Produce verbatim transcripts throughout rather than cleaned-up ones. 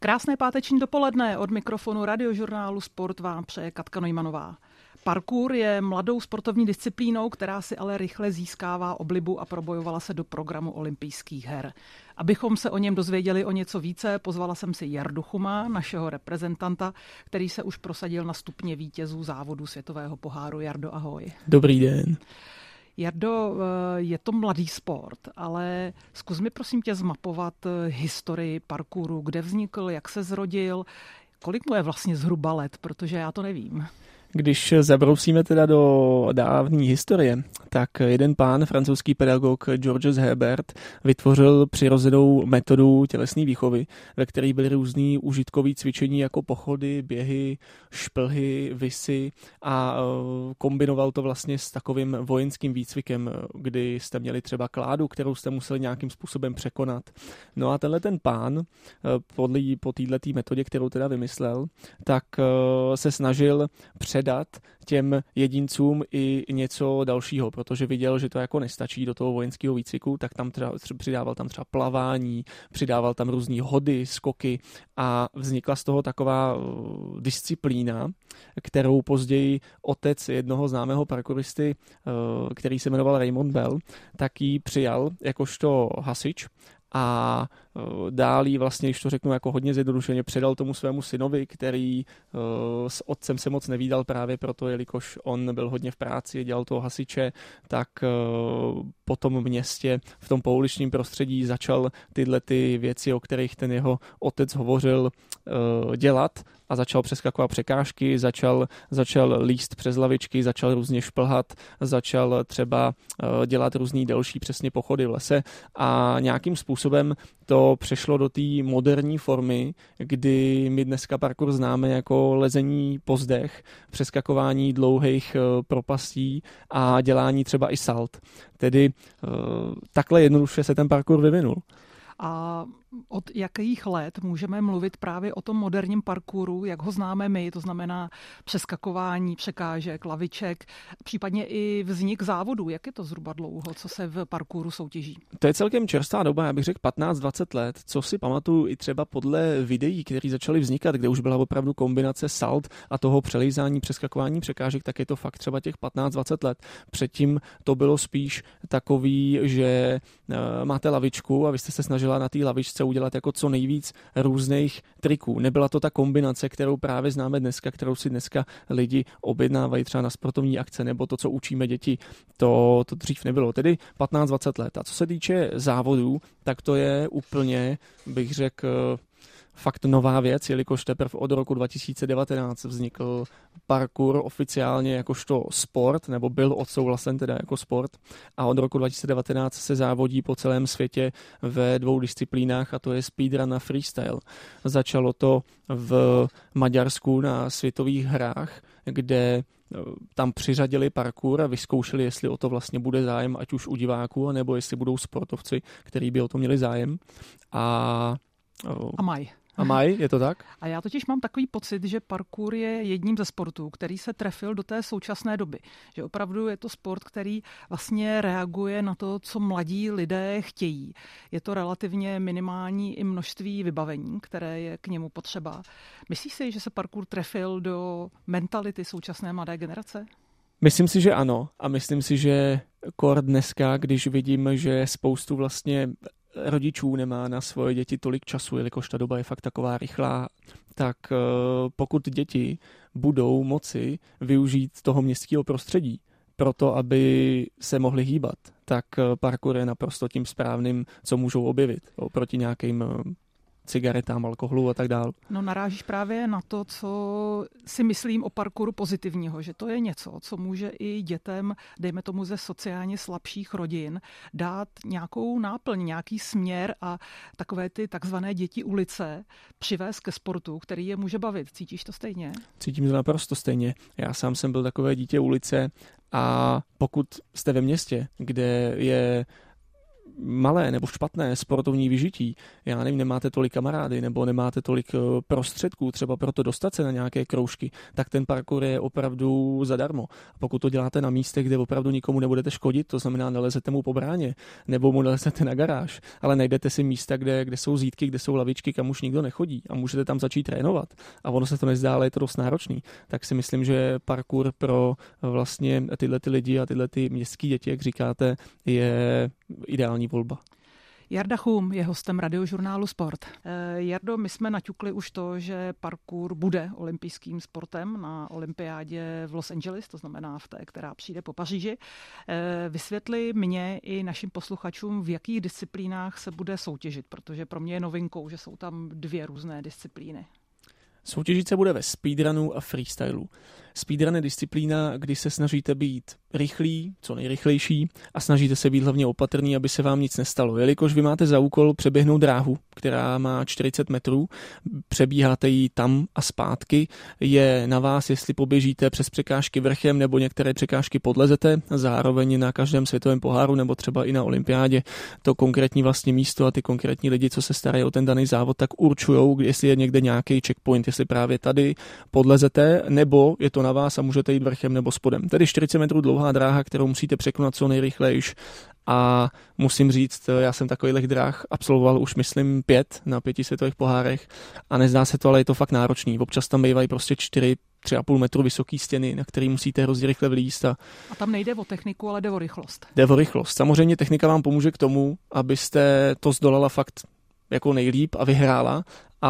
Krásné páteční dopoledne, od mikrofonu Radiožurnálu Sport vám přeje Katka Neumannová. Parkour je mladou sportovní disciplínou, která si ale rychle získává oblibu a probojovala se do programu olympijských her. Abychom se o něm dozvěděli o něco více, pozvala jsem si Jardu Chuma, našeho reprezentanta, který se už prosadil na stupně vítězů závodu světového poháru. Jardo, ahoj. Dobrý den. Jardo, je to mladý sport, ale zkus mi prosím tě zmapovat historii parkouru, kde vznikl, jak se zrodil, kolik mu je vlastně zhruba let, protože já to nevím. Když zabrousíme teda do dávné historie, tak jeden pán, francouzský pedagog Georges Hebert, vytvořil přirozenou metodu tělesné výchovy, ve které byly různý užitkové cvičení jako pochody, běhy, šplhy, visy a kombinoval to vlastně s takovým vojenským výcvikem, kdy jste měli třeba kládu, kterou jste museli nějakým způsobem překonat. No a tenhle ten pán, podle, po této metodě, kterou teda vymyslel, tak se snažil před dát těm jedincům i něco dalšího, protože viděl, že to jako nestačí do toho vojenského výcviku, tak tam třeba, přidával tam třeba plavání, přidával tam různý hody, skoky a vznikla z toho taková disciplína, kterou později otec jednoho známého parkouristy, který se jmenoval Raymond Bell, tak ji přijal jakožto hasič a dál jí vlastně, když to řeknu jako hodně zjednodušeně, předal tomu svému synovi, který s otcem se moc nevídal právě proto, jelikož on byl hodně v práci, dělal toho hasiče, tak po tom městě, v tom pouličním prostředí začal tyhle ty věci, o kterých ten jeho otec hovořil, dělat a začal přeskakovat překážky, začal, začal líst přes lavičky, začal různě šplhat, začal třeba dělat různý delší přesně pochody v lese a nějakým způsobem to přešlo do té moderní formy, kdy my dneska parkour známe jako lezení po zdech, přeskakování dlouhých propastí a dělání třeba i salt. Tedy takhle jednoduše se ten parkour vyvinul. A od jakých let můžeme mluvit právě o tom moderním parkouru, jak ho známe my, to znamená přeskakování překážek, laviček, případně i vznik závodů. Jak je to zhruba dlouho, co se v parkouru soutěží? To je celkem čerstvá doba, já bych řekl patnáct dvacet let, co si pamatuju i třeba podle videí, které začaly vznikat, kde už byla opravdu kombinace salt a toho přelízání, přeskakování překážek, tak je to fakt třeba těch patnáct dvacet let. Předtím to bylo spíš takový, že máte lavičku a vy jste se snažila na té lavičce udělat jako co nejvíc různých triků. Nebyla to ta kombinace, kterou právě známe dneska, kterou si dneska lidi objednávají třeba na sportovní akce nebo to, co učíme děti. To, to dřív nebylo. Tedy patnáct dvacet let. A co se týče závodů, tak to je úplně, bych řekl, fakt nová věc, jelikož teprve od roku dva tisíce devatenáct vznikl parkour oficiálně jakožto sport, nebo byl odsouhlasen teda jako sport a od roku dva tisíce devatenáct se závodí po celém světě ve dvou disciplínách a to je speedrun a freestyle. Začalo to v Maďarsku na světových hrách, kde tam přiřadili parkour a vyzkoušeli, jestli o to vlastně bude zájem, ať už u diváků, nebo jestli budou sportovci, kteří by o to měli zájem. A, a mají. A mají, je to tak? A já totiž mám takový pocit, že parkour je jedním ze sportů, který se trefil do té současné doby. Že opravdu je to sport, který vlastně reaguje na to, co mladí lidé chtějí. Je to relativně minimální i množství vybavení, které je k němu potřeba. Myslíš si, že se parkour trefil do mentality současné mladé generace? Myslím si, že ano. A myslím si, že kor dneska, když vidím, že spoustu vlastně rodičů nemá na svoje děti tolik času, jelikož ta doba je fakt taková rychlá, tak pokud děti budou moci využít toho městského prostředí proto, aby se mohli hýbat, tak parkour je naprosto tím správným, co můžou objevit oproti nějakým cigaretám, alkoholu a tak dál. No narážíš právě na to, co si myslím o parkouru pozitivního, že to je něco, co může i dětem, dejme tomu ze sociálně slabších rodin, dát nějakou náplň, nějaký směr a takové ty takzvané děti ulice přivést ke sportu, který je může bavit. Cítíš to stejně? Cítím to naprosto stejně. Já sám jsem byl takové dítě ulice a pokud jste ve městě, kde je malé nebo špatné sportovní vyžití, já nevím, nemáte tolik kamarády nebo nemáte tolik prostředků třeba pro to dostat se na nějaké kroužky, tak ten parkour je opravdu zadarmo. Pokud to děláte na místech, kde opravdu nikomu nebudete škodit, to znamená nelezete mu po bráně nebo mu nelezete na garáž, ale najdete si místa, kde, kde jsou zítky, kde jsou lavičky, kam už nikdo nechodí a můžete tam začít trénovat a ono se to nezdá, ale je to dost náročný, tak si myslím, že parkour pro vlastně tyhle ty lidi a tyhle ty městské děti, jak říkáte, je ideální volba. Jarda Chum je hostem Radiožurnálu Sport. Jardo, my jsme naťukli už to, že parkour bude olympijským sportem na olympiádě v Los Angeles, to znamená v té, která přijde po Paříži. Vysvětli mě i našim posluchačům, v jakých disciplínách se bude soutěžit, protože pro mě je novinkou, že jsou tam dvě různé disciplíny. Soutěžit se bude ve speedrunu a freestylu. Speedrun je disciplína, kdy se snažíte být rychlý, co nejrychlejší a snažíte se být hlavně opatrný, aby se vám nic nestalo. Jelikož vy máte za úkol přeběhnout dráhu, která má čtyřicet metrů, přebíháte ji tam a zpátky, je na vás, jestli poběžíte přes překážky vrchem nebo některé překážky podlezete, zároveň na každém světovém poháru nebo třeba i na olympiádě to konkrétní vlastně místo a ty konkrétní lidi, co se starají o ten daný závod, tak určujou, jestli je někde nějaký checkpoint, jestli právě tady podlezete, nebo je to na vás a můžete jít vrchem nebo spodem. Tedy čtyřicet metrů dlouhá dráha, kterou musíte překonat co nejrychlejš a musím říct, já jsem takových dráh absolvoval už myslím pět na pěti světových pohárech a nezdá se to, ale je to fakt náročný. Občas tam bývají prostě čtyři, tři a půl metru vysoký stěny, na který musíte hrozně rychle vlízt. A, a tam nejde o techniku, ale jde o rychlost. Jde o rychlost. Samozřejmě technika vám pomůže k tomu, abyste to zdolala fakt jako nejlíp a vyhrála,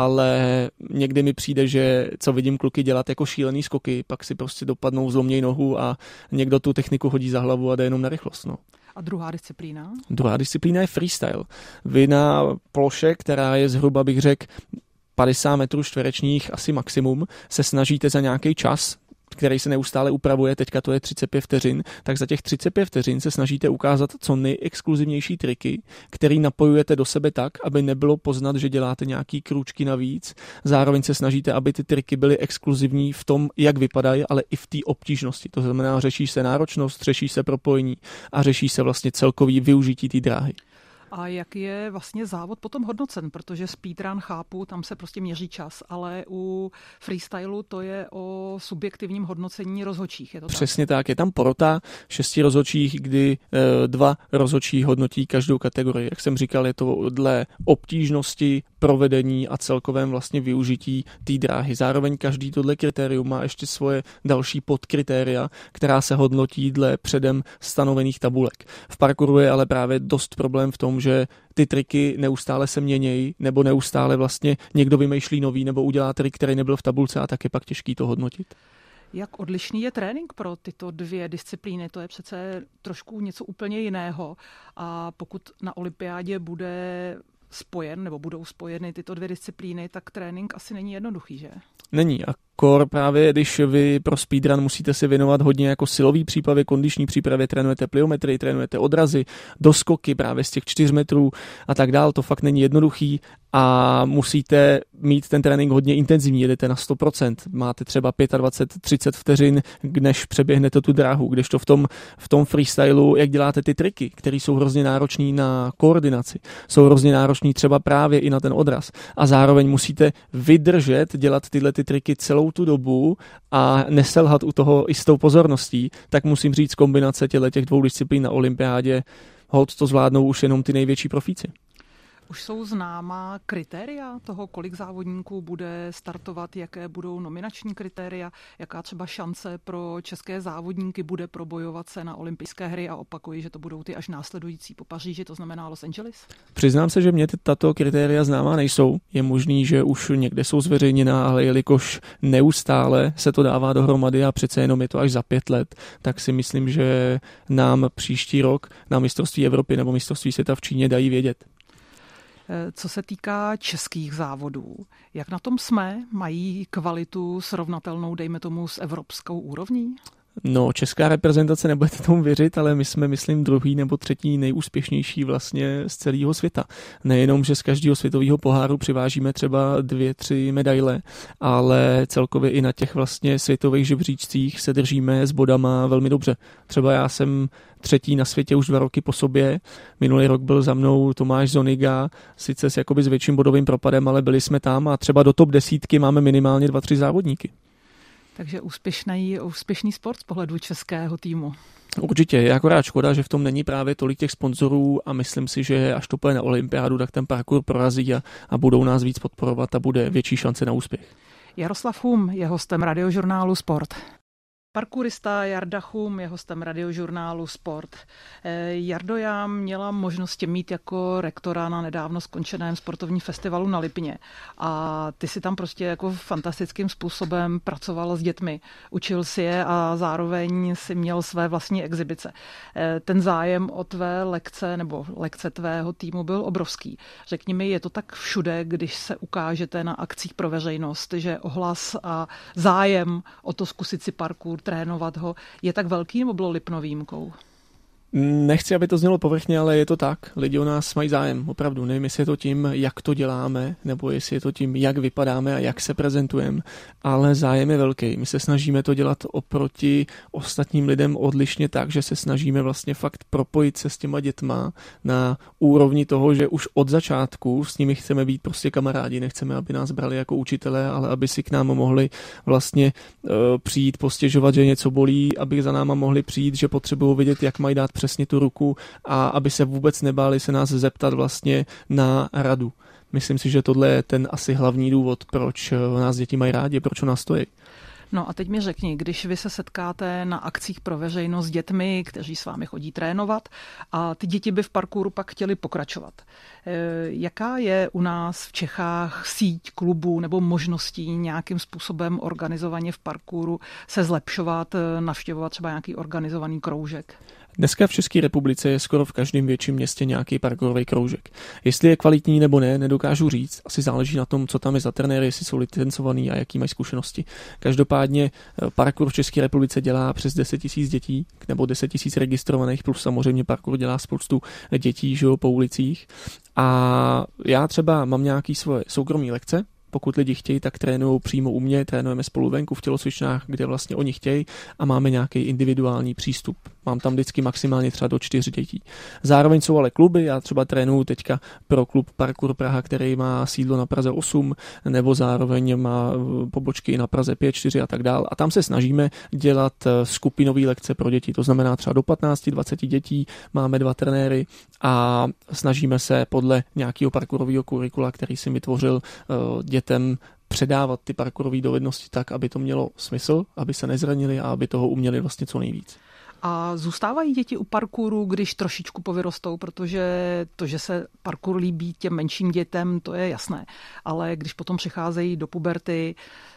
ale někdy mi přijde, že co vidím kluky dělat jako šílený skoky, pak si prostě dopadnou, zloměj nohu a někdo tu techniku hodí za hlavu a jde jenom na rychlost. No. A druhá disciplína? Druhá disciplína je freestyle. Vy na ploše, která je zhruba, bych řekl, padesát metrů čtverečních asi maximum, se snažíte za nějaký čas, který se neustále upravuje, teďka to je třicet pět vteřin, tak za těch třicet pět vteřin se snažíte ukázat co nejexkluzivnější triky, který napojujete do sebe tak, aby nebylo poznat, že děláte nějaký krůčky navíc. Zároveň se snažíte, aby ty triky byly exkluzivní v tom, jak vypadají, ale i v té obtížnosti. To znamená, řeší se náročnost, řeší se propojení a řeší se vlastně celkový využití té dráhy. A jak je vlastně závod potom hodnocen? Protože speedrun chápu, tam se prostě měří čas, ale u freestylu to je o subjektivním hodnocení rozhodčích. Je to Přesně tak? tak, je tam porota šesti rozhodčích, kdy e, dva rozhodčí hodnotí každou kategorii. Jak jsem říkal, je to dle obtížnosti, provedení a celkovém vlastně využití té dráhy. Zároveň každý tohle kritérium má ještě svoje další podkritéria, která se hodnotí dle předem stanovených tabulek. V parkouru je ale právě dost problém v tom, že ty triky neustále se měnějí, nebo neustále vlastně někdo vymýšlí nový, nebo udělá trik, který nebyl v tabulce a tak je pak těžký to hodnotit. Jak odlišný je trénink pro tyto dvě disciplíny? To je přece trošku něco úplně jiného. A pokud na olympiádě bude spojen, nebo budou spojeny tyto dvě disciplíny, tak trénink asi není jednoduchý, že? Není. A kor právě, když vy pro speedrun musíte si věnovat hodně jako silový přípravě, kondiční přípravě, trénujete pliometrii, trénujete odrazy, doskoky právě z těch čtyř metrů a tak dál, to fakt není jednoduchý a musíte mít ten trénink hodně intenzivní, jedete na sto procent, máte třeba dvacet pět třicet vteřin, než přeběhnete tu dráhu, kdežto v tom, v tom freestylu, jak děláte ty triky, které jsou hrozně náročný na koordinaci, jsou hrozně náročný třeba právě i na ten odraz a zároveň musíte vydržet dělat tyhle ty triky celou tu dobu a neselhat u toho i s tou pozorností, tak musím říct kombinace těch dvou disciplín na olympiádě, holt to zvládnou už jenom ty největší profíci. Už jsou známá kritéria toho, kolik závodníků bude startovat, jaké budou nominační kritéria, jaká třeba šance pro české závodníky bude probojovat se na olympijské hry a opakuji, že to budou ty až následující po Paříži, to znamená Los Angeles? Přiznám se, že mě tato kritéria známá nejsou. Je možný, že už někde jsou zveřejněná, ale jelikož neustále se to dává dohromady a přece jenom je to až za pět let, tak si myslím, že nám příští rok na mistrovství Evropy nebo mistrovství světa v Číně dají vědět. Co se týká českých závodů, jak na tom jsme? Mají kvalitu srovnatelnou, dejme tomu, s evropskou úrovní? No, česká reprezentace, nebudete tomu věřit, ale my jsme, myslím, druhý nebo třetí nejúspěšnější vlastně z celého světa. Nejenom, že z každého světového poháru přivážíme třeba dvě, tři medaile, ale celkově i na těch vlastně světových žebříčcích se držíme s bodama velmi dobře. Třeba já jsem třetí na světě už dva roky po sobě. Minulý rok byl za mnou Tomáš Zoniga, sice s jakoby s větším bodovým propadem, ale byli jsme tam a třeba do top desítky máme minimálně dva, tři závodníky. Takže úspěšný, úspěšný sport z pohledu českého týmu. Určitě, je akorát škoda, že v tom není právě tolik těch sponzorů a myslím si, že až to půjde na olympiádu, tak ten parkour prorazí a, a budou nás víc podporovat a bude větší šance na úspěch. Jaroslav Chum je hostem radiožurnálu Sport. Parkourista Jarda Chum je hostem radiožurnálu Sport. Jardo, já měla možnost tě mít jako rektora na nedávno skončeném sportovním festivalu na Lipně. A ty si tam prostě jako fantastickým způsobem pracoval s dětmi. Učil si je a zároveň si měl své vlastní exibice. Ten zájem o tvé lekce nebo lekce tvého týmu byl obrovský. Řekni mi, je to tak všude, když se ukážete na akcích pro veřejnost, že ohlas a zájem o to zkusit si parkour, trénovat ho, je tak velký, nebo bylo Lipno výjimkou? Nechci, aby to znělo povrchně, ale je to tak. Lidi o nás mají zájem, opravdu. Nevím, jestli je to tím, jak to děláme, nebo jestli je to tím, jak vypadáme a jak se prezentujeme, ale zájem je velký. My se snažíme to dělat oproti ostatním lidem odlišně tak, že se snažíme vlastně fakt propojit se s těma dětma na úrovni toho, že už od začátku s nimi chceme být prostě kamarádi, nechceme, aby nás brali jako učitelé, ale aby si k nám mohli vlastně uh, přijít, postěžovat, že něco bolí, aby za náma mohli přijít, že potřebují vědět, jak mají dát přesně tu ruku a aby se vůbec nebáli se nás zeptat vlastně na radu. Myslím si, že tohle je ten asi hlavní důvod, proč nás děti mají rádi, proč o nás stojí. No a teď mi řekni, když vy se setkáte na akcích pro veřejnost s dětmi, kteří s vámi chodí trénovat a ty děti by v parkouru pak chtěli pokračovat. Jaká je u nás v Čechách síť klubů nebo možností nějakým způsobem organizovaně v parkouru se zlepšovat, navštěvovat třeba nějaký organizovaný kroužek? Dneska v České republice je skoro v každém větším městě nějaký parkourový kroužek. Jestli je kvalitní nebo ne, nedokážu říct. Asi záleží na tom, co tam je za trenéry, jestli jsou licencovaný a jaký mají zkušenosti. Každopádně parkour v České republice dělá přes deset tisíc dětí nebo deset tisíc registrovaných, plus samozřejmě parkour dělá spoustu dětí, že jo, po ulicích. A já třeba mám nějaký svoje soukromé lekce. Pokud lidi chtějí, tak trénují přímo u mě, trénujeme spolu venku v tělocvičnách, kde vlastně oni chtějí a máme nějaký individuální přístup. Mám tam vždycky maximálně třeba do čtyř dětí. Zároveň jsou ale kluby, já třeba trénuju teďka pro klub Parkour Praha, který má sídlo na Praze osm, nebo zároveň má pobočky na Praze pět, čtyři a tak dál. A tam se snažíme dělat skupinové lekce pro děti, to znamená třeba do patnáct dvacet dětí, máme dva trenéry a snažíme se podle nějakého parkourového kurikula, který si vytvořil dětem, předávat ty parkourové dovednosti tak, aby to mělo smysl, aby se nezranili a aby toho uměli vlastně co nejvíc. A zůstávají děti u parkouru, když trošičku povyrostou, protože to, že se parkour líbí těm menším dětem, to je jasné. Ale když potom přicházejí do puberty,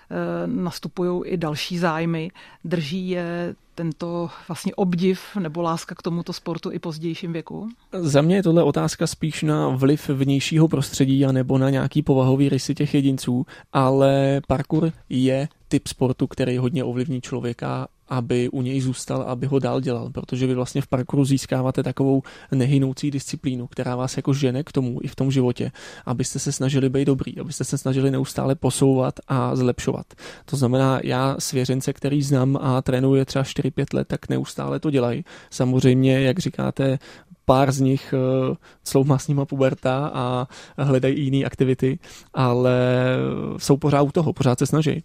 nastupují i další zájmy, drží je tento vlastně obdiv nebo láska k tomuto sportu i pozdějším věku? Za mě je tohle otázka spíš na vliv vnějšího prostředí a nebo na nějaký povahový rysy těch jedinců, ale parkour je typ sportu, který hodně ovlivní člověka, aby u něj zůstal, aby ho dál dělal, protože vy vlastně v parkouru získáváte takovou nehynoucí disciplínu, která vás jako žene k tomu i v tom životě, abyste se snažili být dobrý, abyste se snažili neustále posouvat a zlepšovat. To znamená, já svěřence, který znám a trénuje třeba čtyři pět let, tak neustále to dělají. Samozřejmě, jak říkáte, pár z nich uh, sloumá s nima puberta a hledají jiné aktivity, ale jsou pořád u toho, pořád se snaží.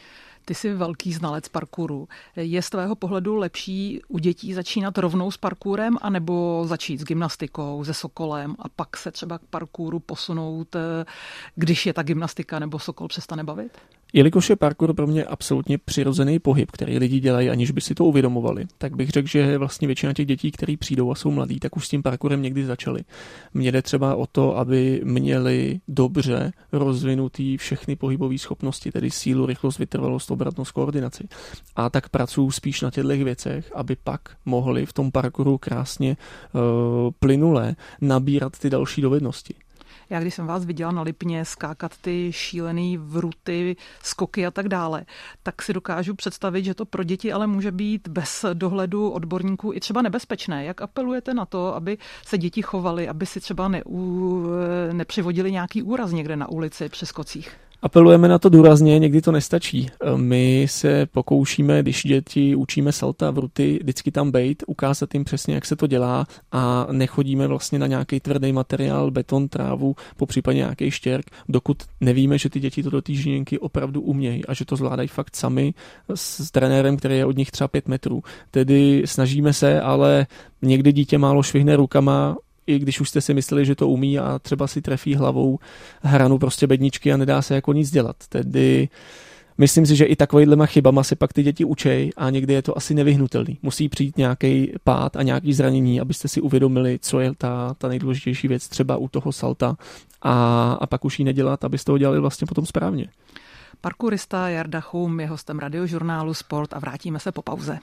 Ty jsi velký znalec parkouru. Je z tvého pohledu lepší u dětí začínat rovnou s parkourem, anebo začít s gymnastikou, se sokolem a pak se třeba k parkouru posunout, když je ta gymnastika nebo sokol přestane bavit? Jelikož je parkour pro mě absolutně přirozený pohyb, který lidi dělají, aniž by si to uvědomovali, tak bych řekl, že vlastně většina těch dětí, kteří přijdou a jsou mladí, tak už s tím parkourem někdy začali. Mně jde třeba o to, aby měli dobře rozvinutý všechny pohybové schopnosti, tedy sílu, rychlost, vytrvalost, obratnost, koordinaci. A tak pracuji spíš na těchto věcech, aby pak mohli v tom parkouru krásně uh, plynule nabírat ty další dovednosti. Já když jsem vás viděla na Lipně skákat ty šílený vruty, skoky a tak dále, tak si dokážu představit, že to pro děti ale může být bez dohledu odborníků i třeba nebezpečné. Jak apelujete na to, aby se děti chovaly, aby si třeba neu, nepřivodili nějaký úraz někde na ulici při skocích? Apelujeme na to důrazně, někdy to nestačí. My se pokoušíme, když děti učíme salta, vruty, vždycky tam bejt, ukázat jim přesně, jak se to dělá a nechodíme vlastně na nějaký tvrdý materiál, beton, trávu, popřípadně nějaký štěrk, dokud nevíme, že ty děti to do té žíněnky opravdu umějí a že to zvládají fakt sami s trenérem, který je od nich třeba pět metrů. Tedy snažíme se, ale někdy dítě málo švihne rukama, i když už jste si mysleli, že to umí a třeba si trefí hlavou hranu prostě bedničky a nedá se jako nic dělat. Tedy myslím si, že i takovýhlema chybama se pak ty děti učej a někdy je to asi nevyhnutelný. Musí přijít nějaký pád a nějaký zranění, abyste si uvědomili, co je ta, ta nejdůležitější věc třeba u toho salta a, a pak už ji nedělat, abyste to dělali vlastně potom správně. Parkourista Jarda Chum je hostem radiožurnálu Sport a vrátíme se po pauze.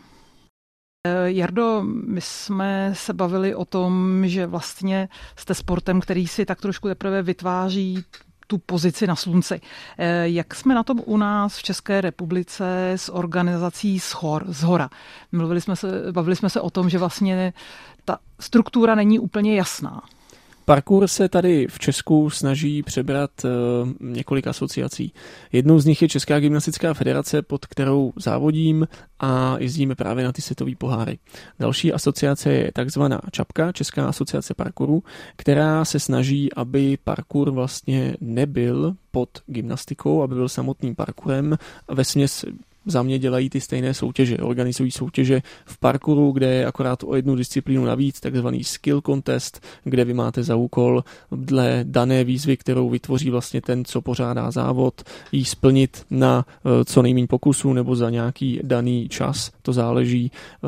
Jardo, my jsme se bavili o tom, že vlastně jste sportem, který si tak trošku teprve vytváří tu pozici na slunci. Jak jsme na tom u nás v České republice s organizací Shor, Zhora? Mluvili jsme se, bavili jsme se o tom, že vlastně ta struktura není úplně jasná. Parkour se tady v Česku snaží přebrat uh, několik asociací. Jednou z nich je Česká gymnastická federace, pod kterou závodím a jezdíme právě na ty světové poháry. Další asociace je takzvaná Čapka, Česká asociace parkouru, která se snaží, aby parkour vlastně nebyl pod gymnastikou, aby byl samotným parkourem. Vesměs za mě dělají ty stejné soutěže. Organizují soutěže v parkouru, kde je akorát o jednu disciplínu navíc, takzvaný skill contest, kde vy máte za úkol dle dané výzvy, kterou vytvoří vlastně ten, co pořádá závod, jí splnit na co nejméně pokusů nebo za nějaký daný čas. To záleží,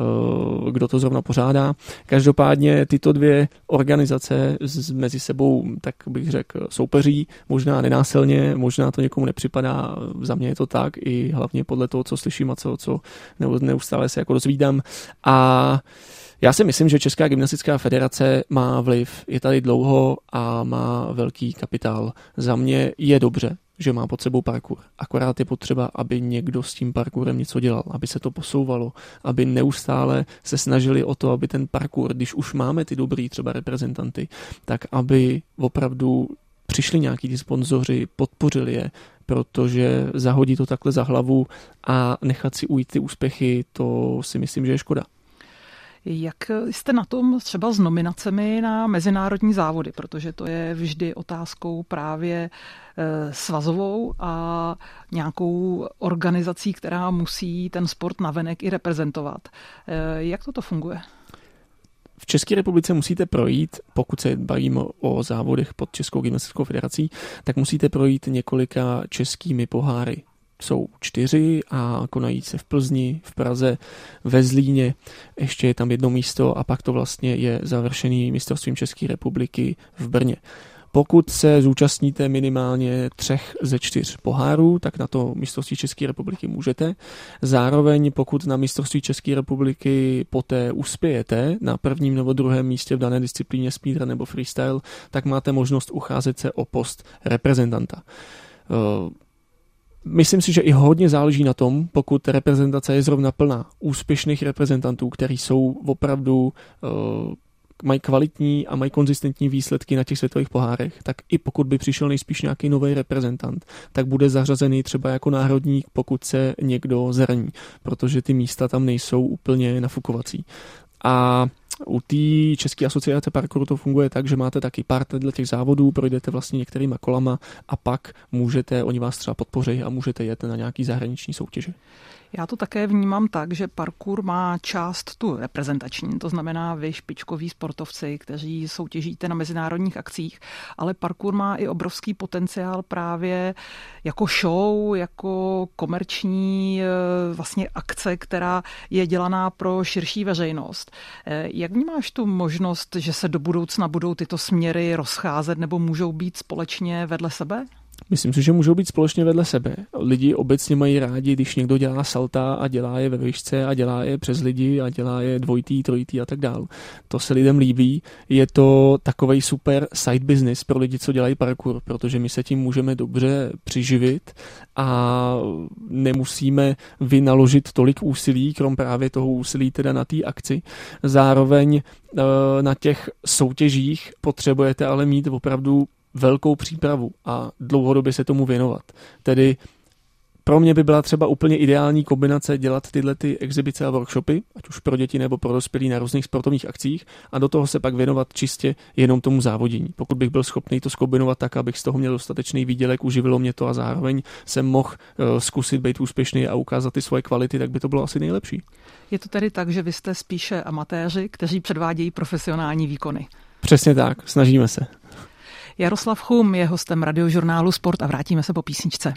kdo to zrovna pořádá. Každopádně tyto dvě organizace mezi sebou, tak bych řekl, soupeří, možná nenásilně, možná to někomu nepřipadá, za mě je to tak, i hlavně podle toho, co slyším a co, co neustále se jako dozvídám. A já si myslím, že Česká gymnastická federace má vliv, je tady dlouho a má velký kapitál. Za mě je dobře, že má pod sebou parkour. Akorát je potřeba, aby někdo s tím parkourem něco dělal, aby se to posouvalo, aby neustále se snažili o to, aby ten parkour, když už máme ty dobrý třeba reprezentanty, tak aby opravdu přišli nějaký ty sponzoři, podpořili je, protože zahodí to takhle za hlavu a nechat si ujít ty úspěchy, to si myslím, že je škoda. Jak jste na tom třeba s nominacemi na mezinárodní závody, protože to je vždy otázkou právě svazovou a nějakou organizací, která musí ten sport navenek i reprezentovat. Jak toto funguje? V České republice musíte projít, pokud se bavíme o závodech pod Českou gymnastickou federací, tak musíte projít několika českými poháry. Jsou čtyři a konají se v Plzni, v Praze, ve Zlíně, ještě je tam jedno místo a pak to vlastně je završený mistrovstvím České republiky v Brně. Pokud se zúčastníte minimálně třech ze čtyř pohárů, tak na to mistrovství České republiky můžete. Zároveň pokud na mistrovství České republiky poté uspějete na prvním nebo druhém místě v dané disciplíně speedrun nebo freestyle, tak máte možnost ucházet se o post reprezentanta. Myslím si, že i hodně záleží na tom, pokud reprezentace je zrovna plná úspěšných reprezentantů, kteří jsou opravdu mají kvalitní a mají konzistentní výsledky na těch světových pohárech, tak i pokud by přišel nejspíš nějaký nový reprezentant, tak bude zařazený třeba jako národník, pokud se někdo zraní, protože ty místa tam nejsou úplně nafukovací. A u té České asociace parkouru to funguje tak, že máte taky pár dle těch závodů, projdete vlastně některýma kolama a pak můžete, oni vás třeba podpoří a můžete jet na nějaký zahraniční soutěže. Já to také vnímám tak, že parkour má část tu reprezentační, to znamená vy špičkoví sportovci, kteří soutěžíte na mezinárodních akcích, ale parkour má i obrovský potenciál právě jako show, jako komerční vlastně akce, která je dělaná pro širší veřejnost. Jak vnímáš tu možnost, že se do budoucna budou tyto směry rozcházet nebo můžou být společně vedle sebe? Myslím si, že můžou být společně vedle sebe. Lidi obecně mají rádi, když někdo dělá salta a dělá je ve výšce a dělá je přes lidi a dělá je dvojitý, trojitý a tak dál. To se lidem líbí. Je to takovej super side business pro lidi, co dělají parkour, protože my se tím můžeme dobře přiživit a nemusíme vynaložit tolik úsilí, krom právě toho úsilí teda na té akci. Zároveň na těch soutěžích potřebujete ale mít opravdu velkou přípravu a dlouhodobě se tomu věnovat. Tedy pro mě by byla třeba úplně ideální kombinace dělat tyhle ty exibice a workshopy, ať už pro děti nebo pro dospělí na různých sportovních akcích a do toho se pak věnovat čistě jenom tomu závodění. Pokud bych byl schopný to zkombinovat tak, abych z toho měl dostatečný výdělek, uživilo mě to a zároveň jsem mohl uh, zkusit být úspěšný a ukázat ty svoje kvality, tak by to bylo asi nejlepší. Je to tedy tak, že vy jste spíše amatéři, kteří předvádějí profesionální výkony? Přesně tak, snažíme se. Jaroslav Chum je hostem radiožurnálu Sport a vrátíme se po písničce.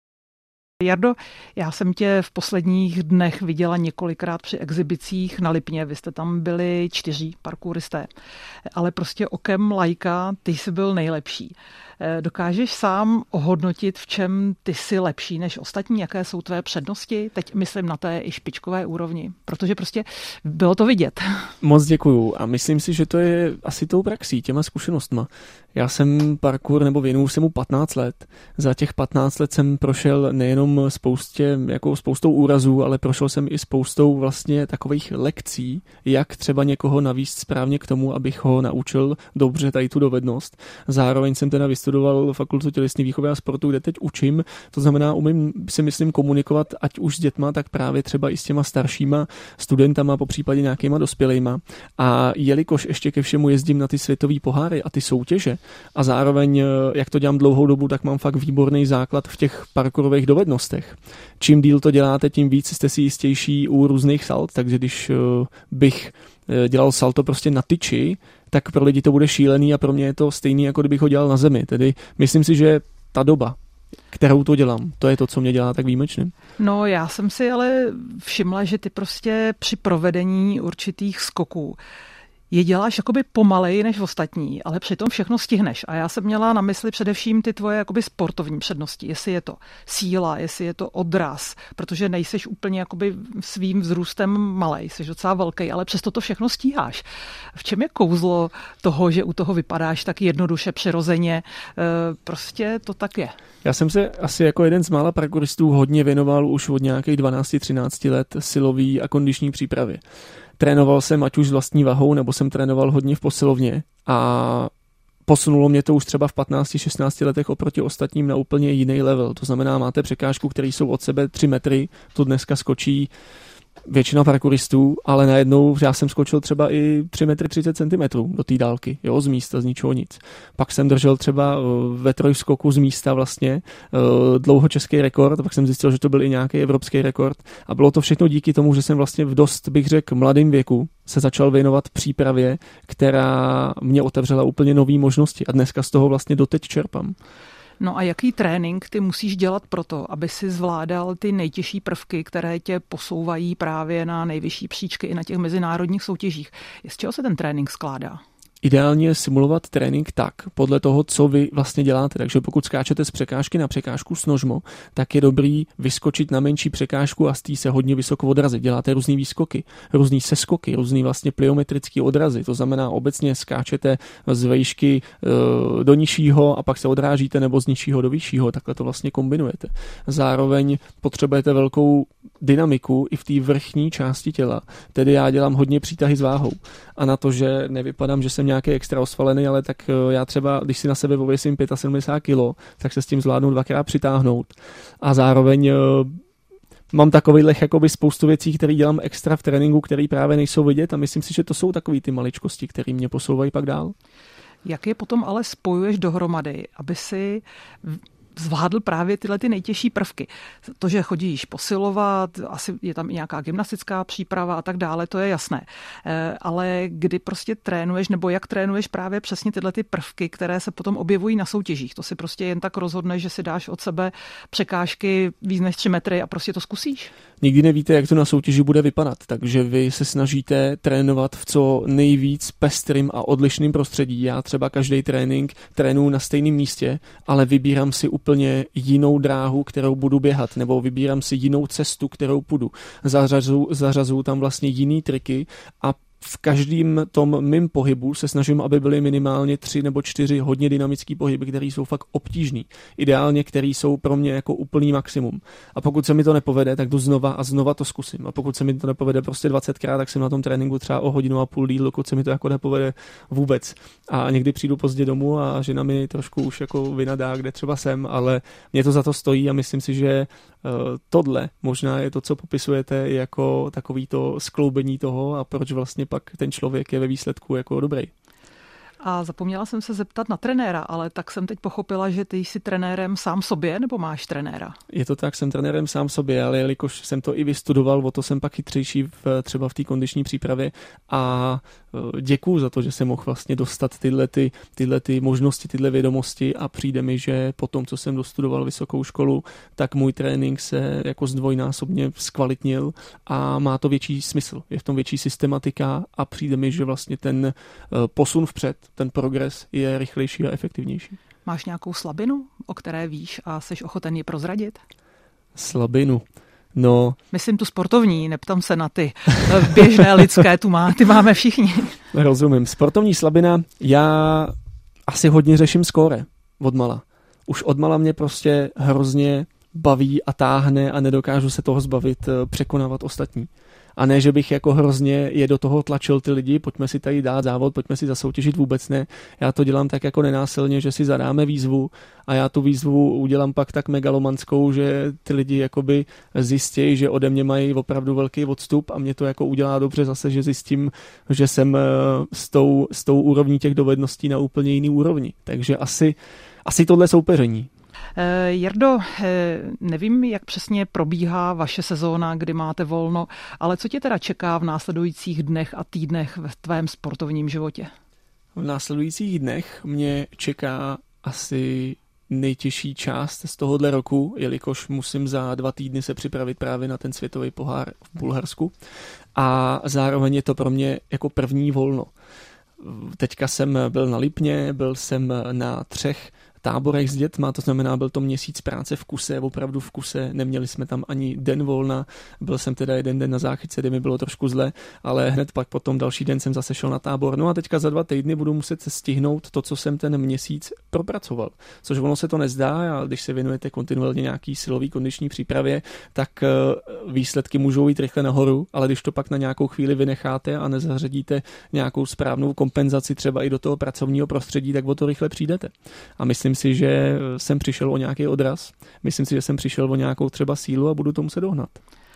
Jardo, já jsem tě v posledních dnech viděla několikrát při exhibicích na Lipně, vy jste tam byli čtyři parkouristé, ale prostě okem laika ty jsi byl nejlepší. Dokážeš sám ohodnotit, v čem ty jsi lepší než ostatní, jaké jsou tvé přednosti? Teď myslím na té i špičkové úrovni, protože prostě bylo to vidět. Moc děkuju a myslím si, že to je asi tou praxí, těma zkušenostma. Já jsem parkour nebo věnuju se mu patnáct let. Za těch patnáct let jsem prošel nejenom spoustě, jako spoustou úrazů, ale prošel jsem i spoustou vlastně takových lekcí, jak třeba někoho navíst správně k tomu, abych ho naučil dobře tady tu dovednost. Zároveň jsem teda vystudoval fakultu tělesné výchovy a sportu, kde teď učím. To znamená, umím si myslím komunikovat ať už s dětma, tak právě třeba i s těma staršíma studentama, popřípadě nějakýma dospělejma. A jelikož ještě ke všemu jezdím na ty světové poháry a ty soutěže, a zároveň, jak to dělám dlouhou dobu, tak mám fakt výborný základ v těch parkourových dovednostech. Čím díl to děláte, tím víc jste si jistější u různých salt, takže když bych dělal salto prostě na tyči, tak pro lidi to bude šílený a pro mě je to stejný, jako kdybych ho dělal na zemi. Tedy myslím si, že ta doba, kterou to dělám, to je to, co mě dělá tak výjimečným. No já jsem si ale všimla, že ty prostě při provedení určitých skoků je děláš jakoby pomaleji než ostatní, ale přitom všechno stihneš. A já jsem měla na mysli především ty tvoje jakoby sportovní přednosti, jestli je to síla, jestli je to odraz, protože nejseš úplně jakoby svým vzrůstem malej, jsi docela velký, ale přesto to všechno stíháš. V čem je kouzlo toho, že u toho vypadáš tak jednoduše, přirozeně? Prostě to tak je. Já jsem se asi jako jeden z mála parkouristů hodně věnoval už od nějakých dvanáct třináct let silový a kondiční přípravě. Trénoval jsem ať už s vlastní vahou, nebo jsem trénoval hodně v posilovně a posunulo mě to už třeba v patnácti šestnácti letech oproti ostatním na úplně jiný level. To znamená, máte překážku, které jsou od sebe tři metry, to dneska skočí většina parkouristů, ale najednou já jsem skočil třeba i tři metry třicet centimetrů do té dálky, jo, z místa, z ničeho nic. Pak jsem držel třeba ve trojskoku z místa vlastně dlouho český rekord, pak jsem zjistil, že to byl i nějaký evropský rekord a bylo to všechno díky tomu, že jsem vlastně v dost, bych řekl, mladém věku se začal věnovat přípravě, která mě otevřela úplně nové možnosti a dneska z toho vlastně doteď čerpám. No a jaký trénink ty musíš dělat proto, aby si zvládal ty nejtěžší prvky, které tě posouvají právě na nejvyšší příčky i na těch mezinárodních soutěžích? Z čeho se ten trénink skládá? Ideálně je simulovat trénink tak, podle toho, co vy vlastně děláte. Takže pokud skáčete z překážky na překážku s nožmo, tak je dobrý vyskočit na menší překážku a z té se hodně vysoko odrazit. Děláte různý výskoky, různý seskoky, různý vlastně plyometrický odrazy. To znamená, obecně skáčete z vejšky e, do nižšího a pak se odrážíte nebo z nižšího do vyššího. Takhle to vlastně kombinujete. Zároveň potřebujete velkou dynamiku i v té vrchní části těla. Tedy já dělám hodně přítahy s váhou. A na to, že nevypadám, že jsem nějaký extra osvalený, ale tak já třeba, když si na sebe pověsím sedmdesát pět kilo, tak se s tím zvládnu dvakrát přitáhnout. A zároveň mám takových jakoby spoustu věcí, které dělám extra v tréninku, které právě nejsou vidět a myslím si, že to jsou takové ty maličkosti, které mě posouvají pak dál. Jak je potom ale spojuješ dohromady, aby si zvládl právě tyhle ty nejtěžší prvky. To, že chodíš posilovat, asi je tam i nějaká gymnastická příprava a tak dále, to je jasné. Ale kdy prostě trénuješ, nebo jak trénuješ právě přesně tyhle ty prvky, které se potom objevují na soutěžích. To si prostě jen tak rozhodneš, že si dáš od sebe překážky víc než tři metry a prostě to zkusíš. Nikdy nevíte, jak to na soutěži bude vypadat, takže vy se snažíte trénovat v co nejvíc pestrým a odlišným prostředí. Já třeba každý trénink trénuju na stejném místě, ale vybírám si úplně úplně jinou dráhu, kterou budu běhat, nebo vybírám si jinou cestu, kterou půjdu. Zařazu, zařazu tam vlastně jiný triky a v každém tom mým pohybu se snažím, aby byly minimálně tři nebo čtyři hodně dynamický pohyby, které jsou fakt obtížný. Ideálně, které jsou pro mě jako úplný maximum. A pokud se mi to nepovede, tak jdu znova a znova to zkusím. A pokud se mi to nepovede prostě dvacetkrát, tak jsem na tom tréninku třeba o hodinu a půl díl, dokud se mi to jako nepovede vůbec. A někdy přijdu pozdě domů a žena mi trošku už jako vynadá, kde třeba jsem, ale mě to za to stojí a myslím si, že tohle možná je to, co popisujete jako takový to skloubení toho a proč vlastně pak ten člověk je ve výsledku jako dobrý. A zapomněla jsem se zeptat na trenéra, ale tak jsem teď pochopila, že ty jsi trenérem sám sobě, nebo máš trenéra? Je to tak, jsem trenérem sám sobě, ale jelikož jsem to i vystudoval, o to jsem pak chytřejší v, třeba v té kondiční přípravě a děkuju za to, že jsem mohl vlastně dostat tyhle, ty, tyhle ty možnosti, tyhle vědomosti a přijde mi, že po tom, co jsem dostudoval vysokou školu, tak můj trénink se jako zdvojnásobně zkvalitnil a má to větší smysl. Je v tom větší systematika a přijde mi, že vlastně ten posun vpřed, ten progres je rychlejší a efektivnější. Máš nějakou slabinu, o které víš a jsi ochoten ji prozradit? Slabinu? No. Myslím tu sportovní, neptám se na ty běžné lidské, tu má, ty máme všichni. Rozumím. Sportovní slabina, já asi hodně řeším skóre odmala. Už odmala mě prostě hrozně baví a táhne a nedokážu se toho zbavit, překonávat ostatní. A ne, že bych jako hrozně je do toho tlačil ty lidi, pojďme si tady dát závod, pojďme si zasoutěžit, vůbec ne. Já to dělám tak jako nenásilně, že si zadáme výzvu a já tu výzvu udělám pak tak megalomanskou, že ty lidi jakoby zjistí, že ode mě mají opravdu velký odstup a mě to jako udělá dobře zase, že zjistím, že jsem s tou, s tou úrovní těch dovedností na úplně jiný úrovni. Takže asi, asi tohle soupeření. Jirdo, nevím, jak přesně probíhá vaše sezóna, kdy máte volno, ale co tě teda čeká v následujících dnech a týdnech v tvém sportovním životě? V následujících dnech mě čeká asi nejtěžší část z tohohle roku, jelikož musím za dva týdny se připravit právě na ten světový pohár v Bulharsku a zároveň je to pro mě jako první volno. Teďka jsem byl na Lipně, byl jsem na třech táborech s dětma, to znamená, byl to měsíc práce v kuse, opravdu v kuse, neměli jsme tam ani den volna, byl jsem teda jeden den na záchytce, kde mi bylo trošku zle, ale hned pak potom další den jsem zase šel na tábor, no a teďka za dva týdny budu muset stihnout to, co jsem ten měsíc propracoval, což ono se to nezdá, a když se věnujete kontinuálně nějaký silový kondiční přípravě, tak výsledky můžou jít rychle nahoru, ale když to pak na nějakou chvíli vynecháte a nezařadíte nějakou správnou kompenzaci třeba i do toho pracovního prostředí, tak o to rychle přijdete. A myslím si, že jsem přišel o nějaký odraz. Myslím si, že jsem přišel o nějakou třeba sílu a budu to muset dohnat.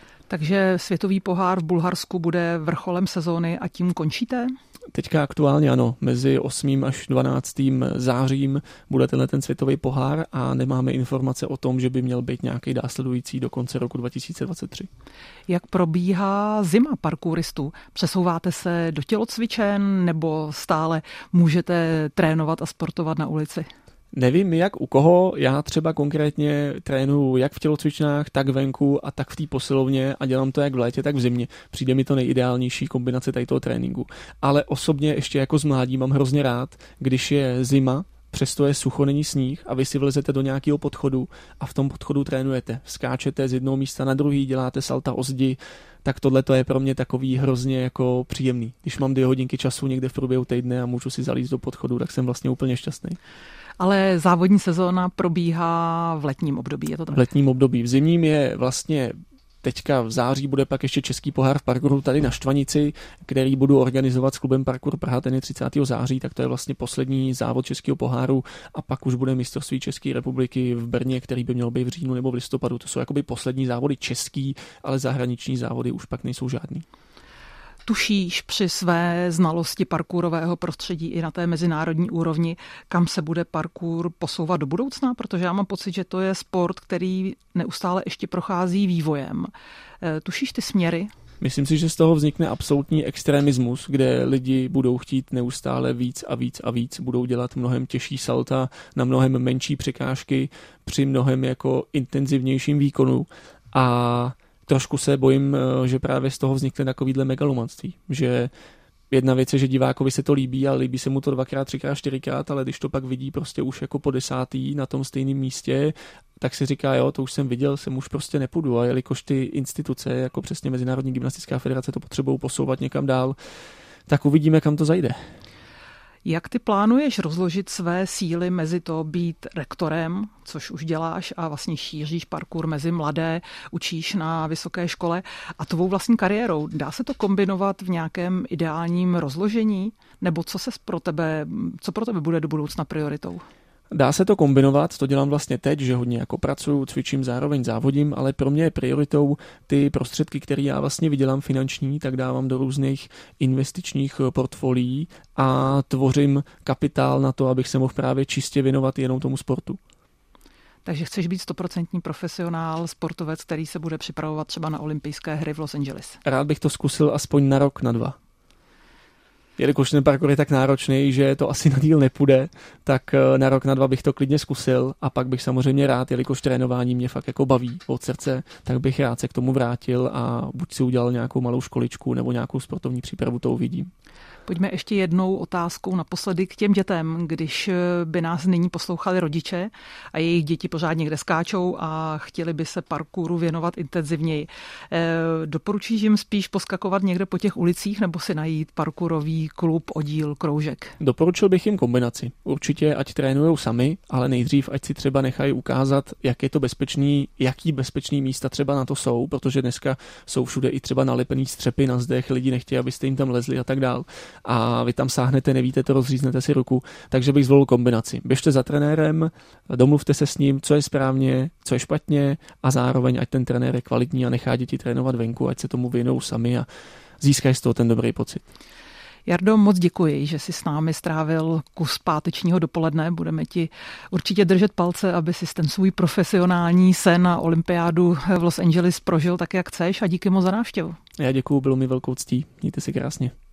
Takže světový pohár v Bulharsku bude vrcholem sezóny a tím končíte? Teďka aktuálně ano. Mezi osmým až dvanáctým zářím bude tenhle ten světový pohár a nemáme informace o tom, že by měl být nějaký následující do konce roku dva tisíce dvacet tři. Jak probíhá zima parkouristů? Přesouváte se do tělocvičen nebo stále můžete trénovat a sportovat na ulici? Nevím jak u koho, já třeba konkrétně trénuju jak v tělocvičnách, tak venku a tak v té posilovně a dělám to jak v létě, tak v zimě. Přijde mi to nejideálnější kombinace tady toho tréninku. Ale osobně ještě jako z mládí mám hrozně rád, když je zima, přesto je sucho, není sníh a vy si vlezete do nějakého podchodu a v tom podchodu trénujete. Skáčete z jednoho místa na druhý, děláte salta o zdi, tak tohle to je pro mě takový hrozně jako příjemný. Když mám dvě hodinky času někde v průběhu týdne a můžu si zalízt do podchodu, tak jsem vlastně úplně šťastný. Ale závodní sezóna probíhá v letním období, je to tak? V letním období. V zimním je vlastně teďka v září bude pak ještě český pohár v parkouru tady na Štvanici, který budu organizovat s klubem Parkour Praha, ten je třicátého září, tak to je vlastně poslední závod českého poháru a pak už bude mistrovství České republiky v Brně, který by měl být v říjnu nebo v listopadu. To jsou jakoby poslední závody český, ale zahraniční závody už pak nejsou žádný. Tušíš při své znalosti parkourového prostředí i na té mezinárodní úrovni, kam se bude parkour posouvat do budoucna? Protože já mám pocit, že to je sport, který neustále ještě prochází vývojem. Tušíš ty směry? Myslím si, že z toho vznikne absolutní extremismus, kde lidi budou chtít neustále víc a víc a víc, budou dělat mnohem těžší salta na mnohem menší překážky při mnohem jako intenzivnějším výkonu a trošku se bojím, že právě z toho vznikne takovýhle megalomanství, že jedna věc je, že divákovi se to líbí a líbí se mu to dvakrát, třikrát, čtyřikrát, ale když to pak vidí prostě už jako po desátý na tom stejném místě, tak si říká, jo, to už jsem viděl, sem už prostě nepůjdu. A jelikož ty instituce, jako přesně Mezinárodní gymnastická federace, to potřebují posouvat někam dál, tak uvidíme, kam to zajde. Jak ty plánuješ rozložit své síly mezi to být rektorem, což už děláš a vlastně šíříš parkour mezi mladé, učíš na vysoké škole a tvou vlastní kariérou? Dá se to kombinovat v nějakém ideálním rozložení? Nebo co se pro tebe, co pro tebe bude do budoucna prioritou? Dá se to kombinovat, to dělám vlastně teď, že hodně jako pracuju, cvičím, zároveň závodím, ale pro mě je prioritou ty prostředky, které já vlastně vydělám finanční, tak dávám do různých investičních portfolií a tvořím kapitál na to, abych se mohl právě čistě věnovat jenom tomu sportu. Takže chceš být stoprocentní profesionál, sportovec, který se bude připravovat třeba na olympijské hry v Los Angeles? Rád bych to zkusil aspoň na rok, na dva. Jelikož ten parkour je tak náročný, že to asi na díl nepůjde, tak na rok, na dva bych to klidně zkusil a pak bych samozřejmě rád, jelikož trénování mě fakt jako baví od srdce, tak bych rád se k tomu vrátil a buď si udělal nějakou malou školičku nebo nějakou sportovní přípravu, to uvidím. Pojďme ještě jednou otázkou naposledy k těm dětem, když by nás nyní poslouchali rodiče a jejich děti pořád někde skáčou a chtěli by se parkouru věnovat intenzivněji. Doporučíš jim spíš poskakovat někde po těch ulicích nebo si najít parkourový klub, oddíl, kroužek? Doporučil bych jim kombinaci. Určitě ať trénujou sami, ale nejdřív ať si třeba nechají ukázat, jak je to bezpečný, jaký bezpečný místa třeba na to jsou, protože dneska jsou všude i třeba nalepený střepy na zdech, lidi nechtějí, abyste jim tam lezli a tak dál. A vy tam sáhnete, nevíte to, rozříznete si ruku, takže bych zvolil kombinaci. Běžte za trenérem, domluvte se s ním, co je správně, co je špatně a zároveň ať ten trenér je kvalitní a nechá děti trénovat venku, ať se tomu věnou sami a získají z toho ten dobrý pocit. Jardo, moc děkuji, že jsi s námi strávil kus pátečního dopoledne. Budeme ti určitě držet palce, aby si ten svůj profesionální sen na olympiádu v Los Angeles prožil tak, jak chceš a díky moc za návštěvu. Já děkuju, bylo mi velkou ctí. Mějte si krásně.